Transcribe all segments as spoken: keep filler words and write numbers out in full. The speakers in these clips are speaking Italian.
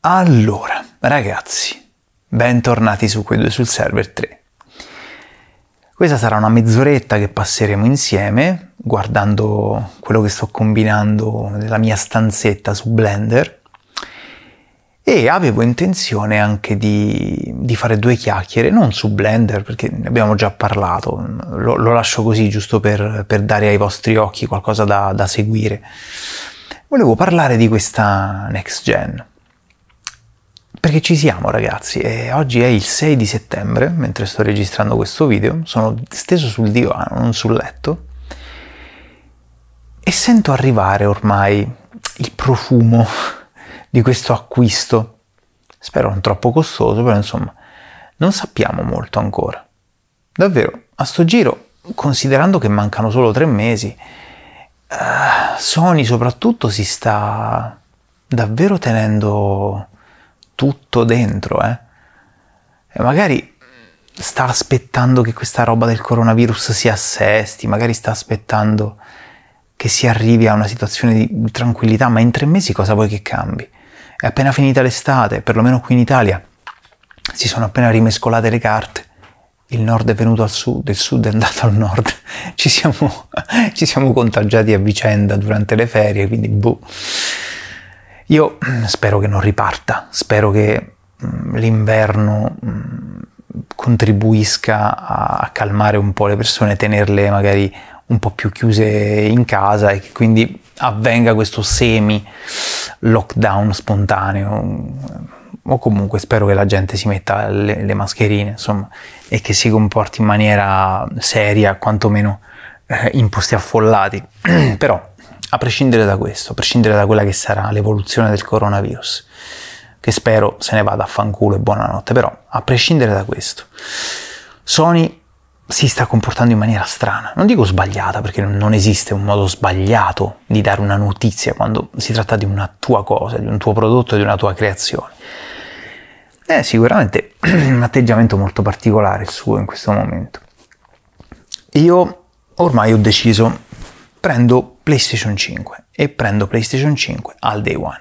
Allora, ragazzi, bentornati su Quei due sul server tre. Questa sarà una mezz'oretta che passeremo insieme, guardando quello che sto combinando nella mia stanzetta su Blender, e avevo intenzione anche di, di fare due chiacchiere, non su Blender, perché ne abbiamo già parlato, lo, lo lascio così giusto per, per dare ai vostri occhi qualcosa da, da seguire. Volevo parlare di questa next gen. Perché ci siamo, ragazzi, e oggi è il sei di settembre, mentre sto registrando questo video, sono steso sul divano, non sul letto, e sento arrivare ormai il profumo di questo acquisto, spero non troppo costoso, però insomma, non sappiamo molto ancora. Davvero, a sto giro, considerando che mancano solo tre mesi, uh, Sony soprattutto si sta davvero tenendo tutto dentro, eh? E magari sta aspettando che questa roba del coronavirus si assesti, magari sta aspettando che si arrivi a una situazione di tranquillità, ma in tre mesi cosa vuoi che cambi? È appena finita l'estate, perlomeno qui in Italia si sono appena rimescolate le carte, il nord è venuto al sud, il sud è andato al nord, ci siamo, ci siamo contagiati a vicenda durante le ferie, quindi boh. Io spero che non riparta, spero che mh, l'inverno mh, contribuisca a, a calmare un po' le persone, tenerle magari un po' più chiuse in casa e che quindi avvenga questo semi lockdown spontaneo, o comunque spero che la gente si metta le, le mascherine, insomma, e che si comporti in maniera seria, quantomeno eh, in posti affollati. Però a prescindere da questo, a prescindere da quella che sarà l'evoluzione del coronavirus, che spero se ne vada a fanculo e buonanotte, però a prescindere da questo, Sony si sta comportando in maniera strana. Non dico sbagliata, perché non esiste un modo sbagliato di dare una notizia quando si tratta di una tua cosa, di un tuo prodotto, di una tua creazione. È sicuramente un atteggiamento molto particolare il suo in questo momento. Io ormai ho deciso, prendo PlayStation cinque e prendo PlayStation cinque al day one.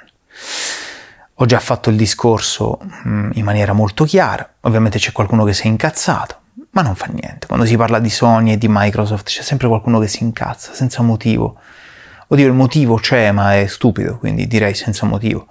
Ho già fatto il discorso mh, in maniera molto chiara, ovviamente c'è qualcuno che si è incazzato, ma non fa niente. Quando si parla di Sony e di Microsoft c'è sempre qualcuno che si incazza, senza motivo. Oddio, il motivo c'è, ma è stupido, quindi direi senza motivo.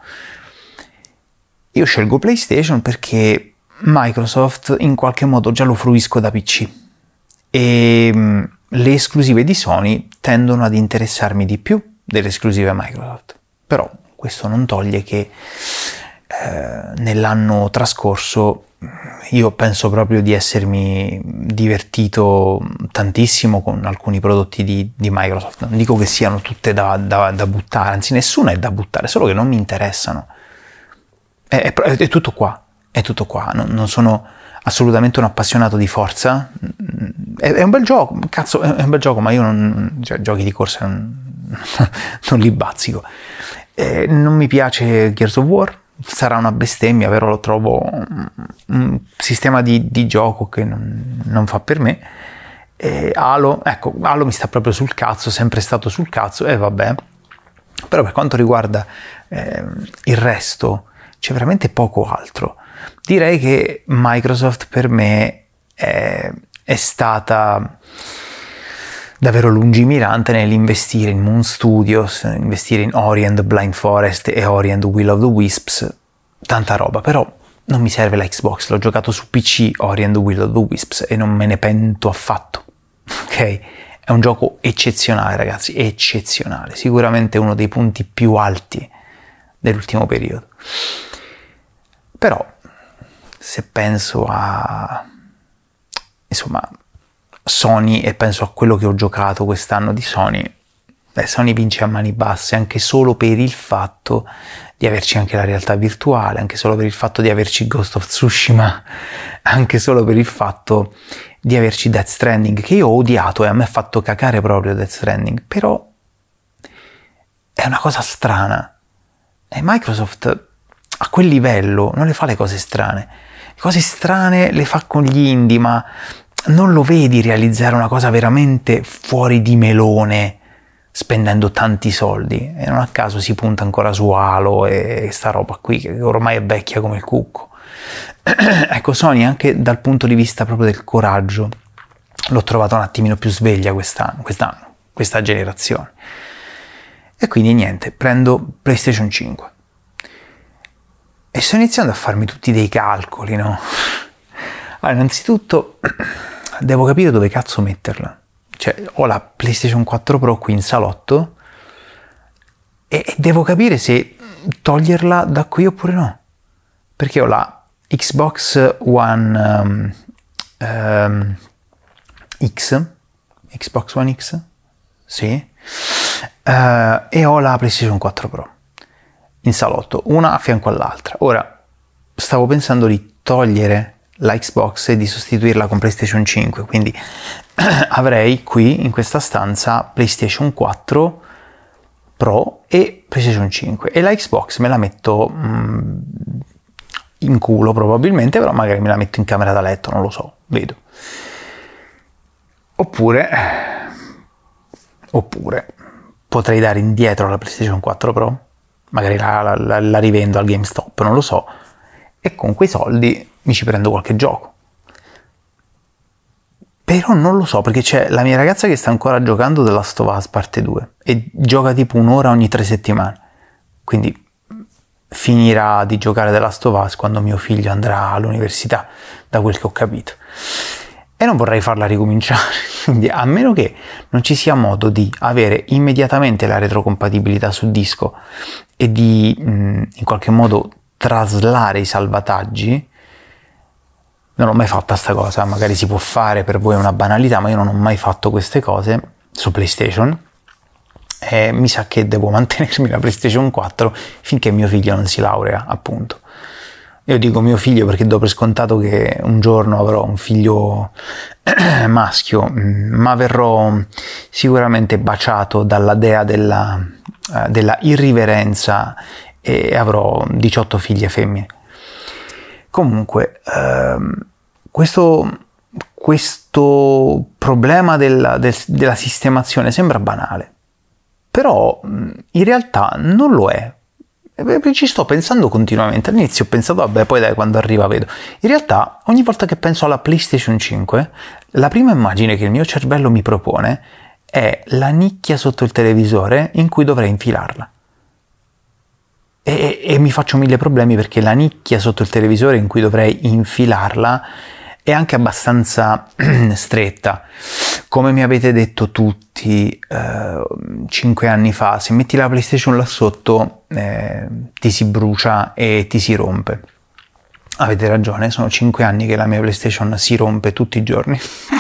Io scelgo PlayStation perché Microsoft in qualche modo già lo fruisco da P C e mh, le esclusive di Sony tendono ad interessarmi di più delle esclusive Microsoft. Però questo non toglie che eh, nell'anno trascorso io penso proprio di essermi divertito tantissimo con alcuni prodotti di, di Microsoft. Non dico che siano tutte da, da, da buttare, anzi nessuna è da buttare, solo che non mi interessano. È, è, è tutto qua, è tutto qua. Non, non sono assolutamente un appassionato di Forza. È, è un bel gioco, cazzo, è un bel gioco, ma io non, cioè, giochi di corsa non, non li bazzico. Eh, non mi piace Gears of War, sarà una bestemmia, però lo trovo un, un sistema di, di gioco che non, non fa per me. Eh, Halo, ecco, Halo mi sta proprio sul cazzo, sempre stato sul cazzo, e eh, vabbè. Però per quanto riguarda eh, il resto, c'è veramente poco altro. Direi che Microsoft per me è, è stata davvero lungimirante nell'investire in Moon Studios, investire in Ori and the Blind Forest e Ori and the Will of the Wisps, tanta roba, però non mi serve la Xbox, l'ho giocato su P C Ori and the Will of the Wisps e non me ne pento affatto, ok? È un gioco eccezionale, ragazzi, eccezionale, sicuramente uno dei punti più alti dell'ultimo periodo. Però se penso a, insomma, Sony e penso a quello che ho giocato quest'anno di Sony, beh, Sony vince a mani basse, anche solo per il fatto di averci anche la realtà virtuale, anche solo per il fatto di averci Ghost of Tsushima, anche solo per il fatto di averci Death Stranding, che io ho odiato e a me ha fatto cacare proprio Death Stranding, però è una cosa strana. E Microsoft a quel livello non le fa le cose strane. Le cose strane le fa con gli indie, ma non lo vedi realizzare una cosa veramente fuori di melone spendendo tanti soldi, e non a caso si punta ancora su Halo e sta roba qui che ormai è vecchia come il cucco. Ecco, Sony anche dal punto di vista proprio del coraggio l'ho trovata un attimino più sveglia quest'anno, quest'anno, questa generazione. E quindi niente, prendo PlayStation cinque e sto iniziando a farmi tutti dei calcoli, no? Allora, innanzitutto devo capire dove cazzo metterla. Cioè, ho la PlayStation quattro Pro qui in salotto e devo capire se toglierla da qui oppure no, perché ho la Xbox One um, um, X, Xbox One X, sì, uh, e ho la PlayStation quattro Pro in salotto, una a fianco all'altra. Ora, stavo pensando di togliere la Xbox e di sostituirla con PlayStation cinque, quindi avrei qui in questa stanza PlayStation quattro Pro e PlayStation cinque, e la Xbox me la metto mm, in culo probabilmente, però magari me la metto in camera da letto, non lo so, vedo. Oppure oppure potrei dare indietro la PlayStation quattro Pro, magari la, la, la rivendo al GameStop, non lo so, e con quei soldi mi ci prendo qualche gioco. Però non lo so, perché c'è la mia ragazza che sta ancora giocando The Last of Us parte due e gioca tipo un'ora ogni tre settimane, quindi finirà di giocare The Last of Us quando mio figlio andrà all'università, da quel che ho capito, e non vorrei farla ricominciare. Quindi, a meno che non ci sia modo di avere immediatamente la retrocompatibilità su disco e di mh, in qualche modo traslare i salvataggi. Non ho mai fatto sta cosa, magari si può fare, per voi è una banalità, ma io non ho mai fatto queste cose su PlayStation e mi sa che devo mantenermi la PlayStation quattro finché mio figlio non si laurea, appunto. Io dico mio figlio perché do per scontato che un giorno avrò un figlio maschio, ma verrò sicuramente baciato dalla dea della, della irriverenza e avrò diciotto figlie femmine. Comunque, ehm, questo, questo problema della, del, della sistemazione sembra banale, però in realtà non lo è. Ci sto pensando continuamente. All'inizio ho pensato, vabbè, poi dai, quando arriva vedo. In realtà, ogni volta che penso alla PlayStation cinque, la prima immagine che il mio cervello mi propone è la nicchia sotto il televisore in cui dovrei infilarla. E, e mi faccio mille problemi perché la nicchia sotto il televisore in cui dovrei infilarla è anche abbastanza stretta. Come mi avete detto tutti eh, cinque anni fa, se metti la PlayStation là sotto eh, ti si brucia e ti si rompe. Avete ragione, sono cinque anni che la mia PlayStation si rompe tutti i giorni.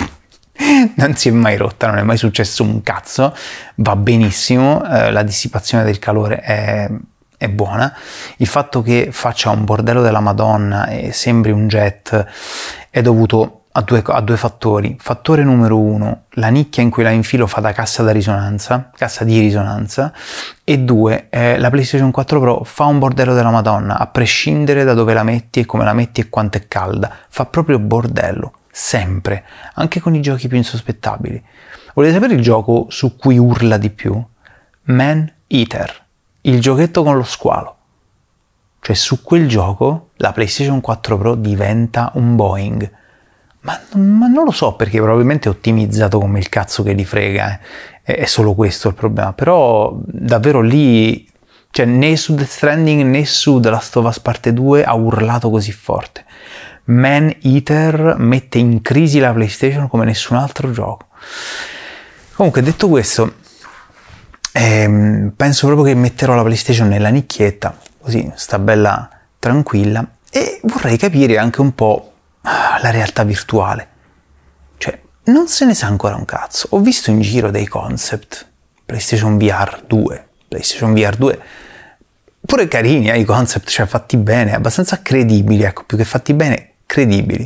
Non si è mai rotta, non è mai successo un cazzo, va benissimo, eh, la dissipazione del calore è... è buona. Il fatto che faccia un bordello della Madonna e sembri un jet è dovuto a due, a due fattori. Fattore numero uno, la nicchia in cui la infilo fa da cassa da risonanza, cassa di risonanza, e due, eh, la PlayStation quattro Pro fa un bordello della Madonna, a prescindere da dove la metti e come la metti e quanto è calda. Fa proprio bordello, sempre, anche con i giochi più insospettabili. Volete sapere il gioco su cui urla di più? Man Eater. Il giochetto con lo squalo. Cioè, su quel gioco la PlayStation quattro Pro diventa un Boeing. Ma, ma non lo so, perché probabilmente è ottimizzato come il cazzo che li frega, eh. È solo questo il problema. Però davvero lì, cioè, né su Death Stranding né su The Last of Us parte due ha urlato così forte. Man Eater mette in crisi la PlayStation come nessun altro gioco. Comunque, detto questo, ehm, penso proprio che metterò la PlayStation nella nicchietta, così sta bella tranquilla, e vorrei capire anche un po' la realtà virtuale. Cioè, non se ne sa ancora un cazzo. Ho visto in giro dei concept, PlayStation V R due, PlayStation V R due, pure carini, eh, i concept, cioè fatti bene, abbastanza credibili, ecco, più che fatti bene, credibili.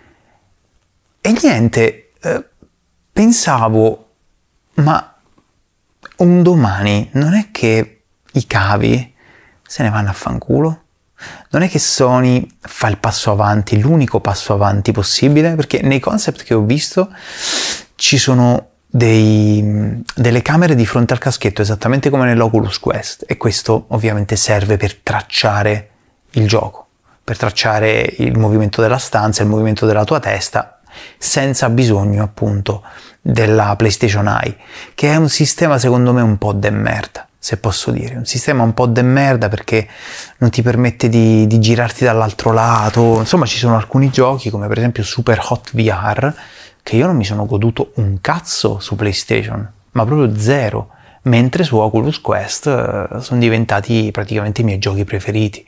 E niente, eh, pensavo, ma un domani non è che i cavi se ne vanno a fanculo? Non è che Sony fa il passo avanti, l'unico passo avanti possibile? Perché nei concept che ho visto ci sono dei, delle camere di fronte al caschetto, esattamente come nell'Oculus Quest, e questo ovviamente serve per tracciare il gioco, per tracciare il movimento della stanza, il movimento della tua testa, senza bisogno appunto della PlayStation Eye, che è un sistema secondo me un po' de merda, se posso dire, un sistema un po' de merda perché non ti permette di, di girarti dall'altro lato. Insomma, ci sono alcuni giochi come per esempio Super Hot V R che io non mi sono goduto un cazzo su PlayStation, ma proprio zero, mentre su Oculus Quest eh, sono diventati praticamente i miei giochi preferiti.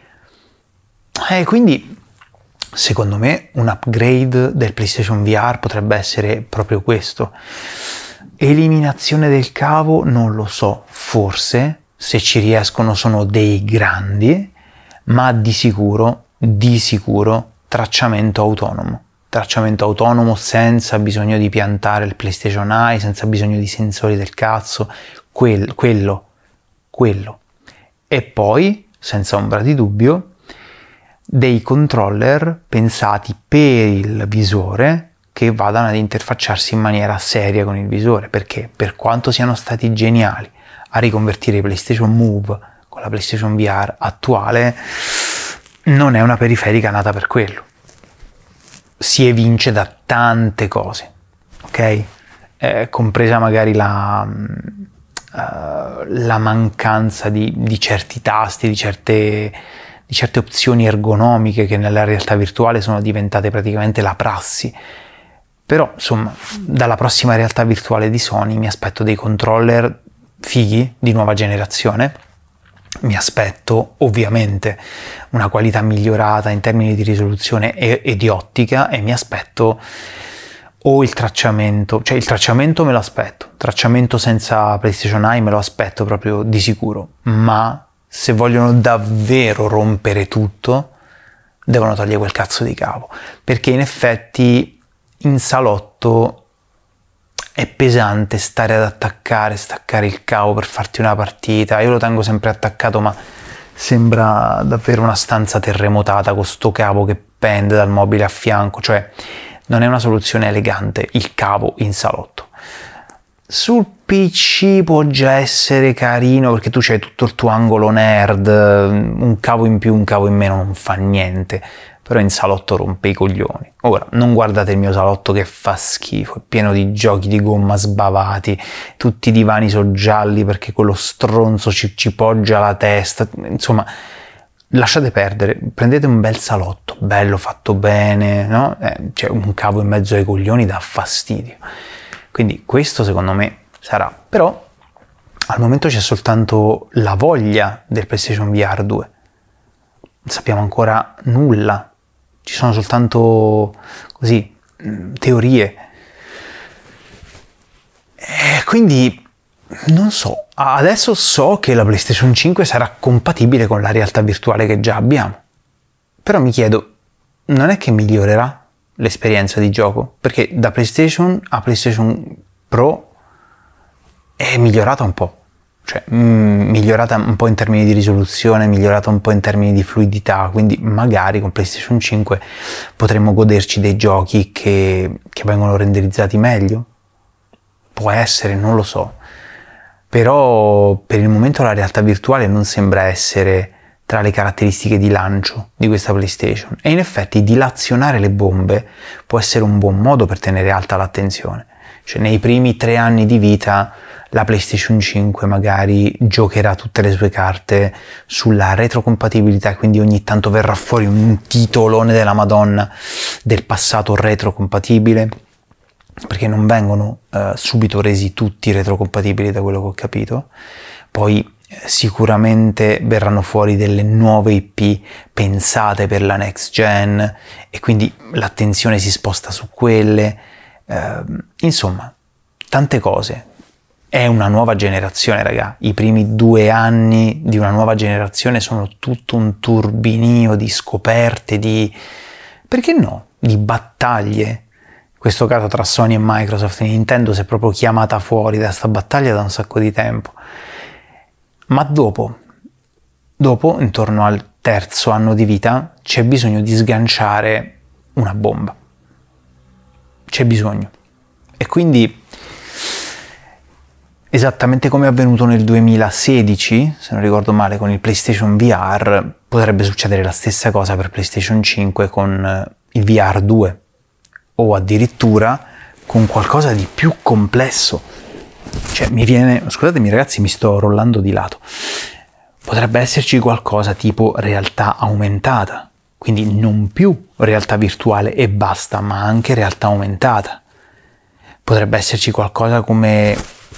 E quindi secondo me un upgrade del PlayStation V R potrebbe essere proprio questo. Eliminazione del cavo non lo so, forse se ci riescono sono dei grandi, ma di sicuro, di sicuro tracciamento autonomo. Tracciamento autonomo senza bisogno di piantare il PlayStation Eye, senza bisogno di sensori del cazzo, quel, quello, quello. E poi, senza ombra di dubbio, dei controller pensati per il visore che vadano ad interfacciarsi in maniera seria con il visore, perché per quanto siano stati geniali a riconvertire i PlayStation Move con la PlayStation V R attuale, non è una periferica nata per quello. Si evince da tante cose, ok? Eh, compresa magari la, uh, la mancanza di, di certi tasti, di certe, di certe opzioni ergonomiche che nella realtà virtuale sono diventate praticamente la prassi. Però, insomma, dalla prossima realtà virtuale di Sony mi aspetto dei controller fighi, di nuova generazione. Mi aspetto ovviamente una qualità migliorata in termini di risoluzione e, e di ottica, e mi aspetto o il tracciamento, cioè il tracciamento me lo aspetto, tracciamento senza PlayStation Eye me lo aspetto proprio di sicuro, ma se vogliono davvero rompere tutto devono togliere quel cazzo di cavo, perché in effetti in salotto è pesante stare ad attaccare, staccare il cavo per farti una partita. Io lo tengo sempre attaccato, ma sembra davvero una stanza terremotata con sto cavo che pende dal mobile a fianco, cioè non è una soluzione elegante il cavo in salotto. Sul P C può già essere carino perché tu c'hai tutto il tuo angolo nerd, un cavo in più, un cavo in meno non fa niente, però in salotto rompe i coglioni. Ora, non guardate il mio salotto che fa schifo, è pieno di giochi di gomma sbavati, tutti i divani sono gialli perché quello stronzo ci, ci poggia la testa, insomma, lasciate perdere, prendete un bel salotto, bello, fatto bene, no? Eh, c'è un cavo in mezzo ai coglioni, dà fastidio. Quindi questo secondo me sarà, però al momento c'è soltanto la voglia del PlayStation V R due, non sappiamo ancora nulla. Ci sono soltanto così teorie. E quindi non so. Adesso so che la PlayStation cinque sarà compatibile con la realtà virtuale che già abbiamo. Però mi chiedo, non è che migliorerà l'esperienza di gioco? Perché da PlayStation a PlayStation Pro è migliorata un po'. Cioè, mh, migliorata un po' in termini di risoluzione, migliorata un po' in termini di fluidità, quindi magari con PlayStation cinque potremmo goderci dei giochi che, che vengono renderizzati meglio. Può essere, non lo so. Però per il momento la realtà virtuale non sembra essere tra le caratteristiche di lancio di questa PlayStation. E in effetti dilazionare le bombe può essere un buon modo per tenere alta l'attenzione. Cioè, nei primi tre anni di vita la PlayStation cinque magari giocherà tutte le sue carte sulla retrocompatibilità, quindi ogni tanto verrà fuori un titolone della Madonna del passato retrocompatibile, perché non vengono eh, subito resi tutti retrocompatibili da quello che ho capito. Poi eh, sicuramente verranno fuori delle nuove I P pensate per la next gen e quindi l'attenzione si sposta su quelle. Eh, insomma, tante cose. È una nuova generazione, raga. I primi due anni di una nuova generazione sono tutto un turbinio di scoperte, di... perché no? Di battaglie. In questo caso tra Sony e Microsoft, Nintendo si è proprio chiamata fuori da sta battaglia da un sacco di tempo. Ma dopo, dopo, intorno al terzo anno di vita, c'è bisogno di sganciare una bomba. C'è bisogno. E quindi Esattamente come è avvenuto nel duemilasedici, se non ricordo male, con il PlayStation V R, potrebbe succedere la stessa cosa per PlayStation cinque con il V R due, o addirittura con qualcosa di più complesso. Cioè, mi viene, scusatemi ragazzi, mi sto rollando di lato. Potrebbe esserci qualcosa tipo realtà aumentata, quindi non più realtà virtuale e basta, ma anche realtà aumentata. Potrebbe esserci qualcosa come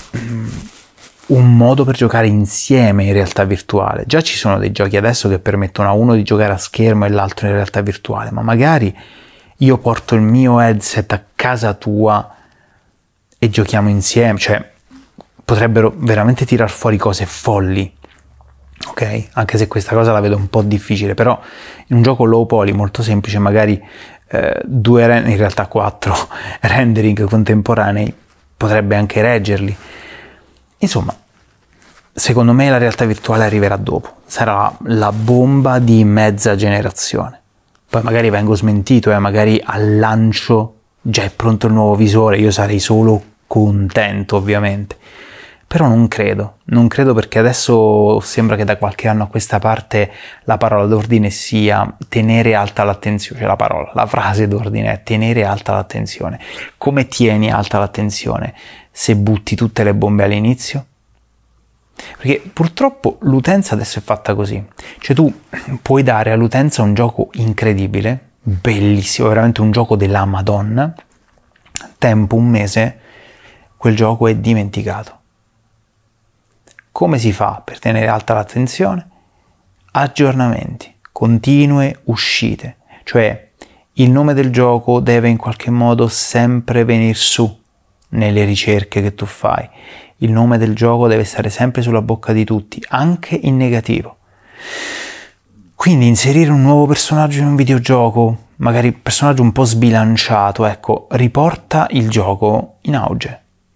un modo per giocare insieme in realtà virtuale. Già ci sono dei giochi adesso che permettono a uno di giocare a schermo e l'altro in realtà virtuale, ma magari io porto il mio headset a casa tua e giochiamo insieme. Cioè, potrebbero veramente tirar fuori cose folli, ok? Anche se questa cosa la vedo un po' difficile, però in un gioco low poly molto semplice, magari eh, due, in realtà quattro rendering contemporanei potrebbe anche reggerli. Insomma, secondo me la realtà virtuale arriverà dopo, sarà la bomba di mezza generazione. Poi magari vengo smentito e eh, magari al lancio già è pronto il nuovo visore, io sarei solo contento ovviamente. Però non credo, non credo perché adesso sembra che da qualche anno a questa parte la parola d'ordine sia tenere alta l'attenzione, cioè la parola, la frase d'ordine è tenere alta l'attenzione. Come tieni alta l'attenzione se butti tutte le bombe all'inizio? Perché purtroppo l'utenza adesso è fatta così, cioè tu puoi dare all'utenza un gioco incredibile, bellissimo, veramente un gioco della Madonna, tempo un mese, quel gioco è dimenticato. Come si fa per tenere alta l'attenzione? Aggiornamenti, continue uscite, cioè il nome del gioco deve in qualche modo sempre venire su nelle ricerche che tu fai, il nome del gioco deve stare sempre sulla bocca di tutti, anche in negativo. Quindi inserire un nuovo personaggio in un videogioco, magari personaggio un po' sbilanciato, ecco, riporta il gioco in auge.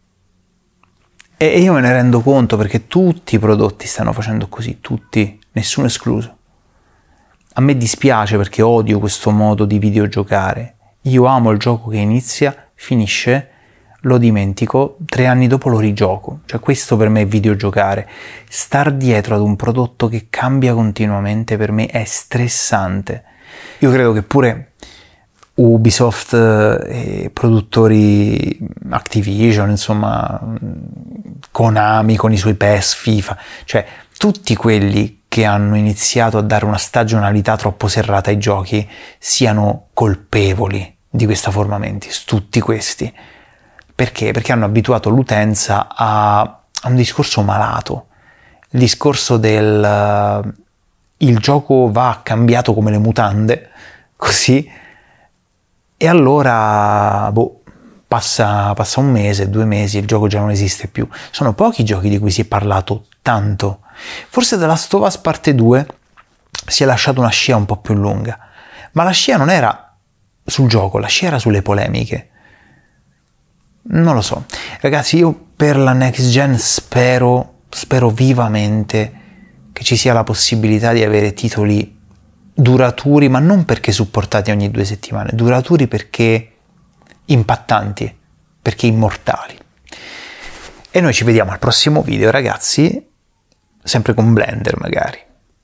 E io me ne rendo conto perché tutti i prodotti stanno facendo così, tutti, nessuno escluso. A me dispiace perché odio questo modo di videogiocare. Io amo il gioco che inizia, finisce, lo dimentico, tre anni dopo lo rigioco. Cioè questo per me è videogiocare. Star dietro ad un prodotto che cambia continuamente per me è stressante. Io credo che pure Ubisoft e produttori Activision, insomma, Konami con i suoi P E S, FIFA, cioè tutti quelli che hanno iniziato a dare una stagionalità troppo serrata ai giochi siano colpevoli di questa forma mentis, tutti questi. Perché? Perché hanno abituato l'utenza a, a un discorso malato, il discorso del uh, il gioco va cambiato come le mutande, così, e allora boh, passa, passa un mese, due mesi, il gioco già non esiste più. Sono pochi i giochi di cui si è parlato tanto. Forse The Last of Us parte due si è lasciato una scia un po' più lunga, ma la scia non era sul gioco, la scia era sulle polemiche. Non lo so. Ragazzi, io per la next gen spero, spero vivamente che ci sia la possibilità di avere titoli duraturi, ma non perché supportati ogni due settimane, duraturi perché impattanti, perché immortali. E noi ci vediamo al prossimo video, ragazzi, sempre con Blender magari.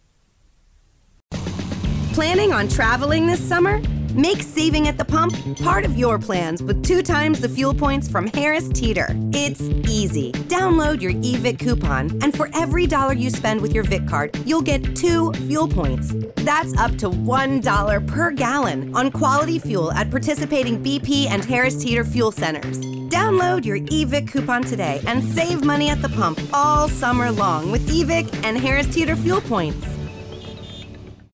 Planning on traveling this summer? Make saving at the pump part of your plans with two times the fuel points from Harris Teeter. It's easy. Download your E V I C coupon, and for every dollar you spend with your V I C card, you'll get two fuel points. That's up to one dollar per gallon on quality fuel at participating B P and Harris Teeter fuel centers. Download your E V I C coupon today and save money at the pump all summer long with E V I C and Harris Teeter fuel points.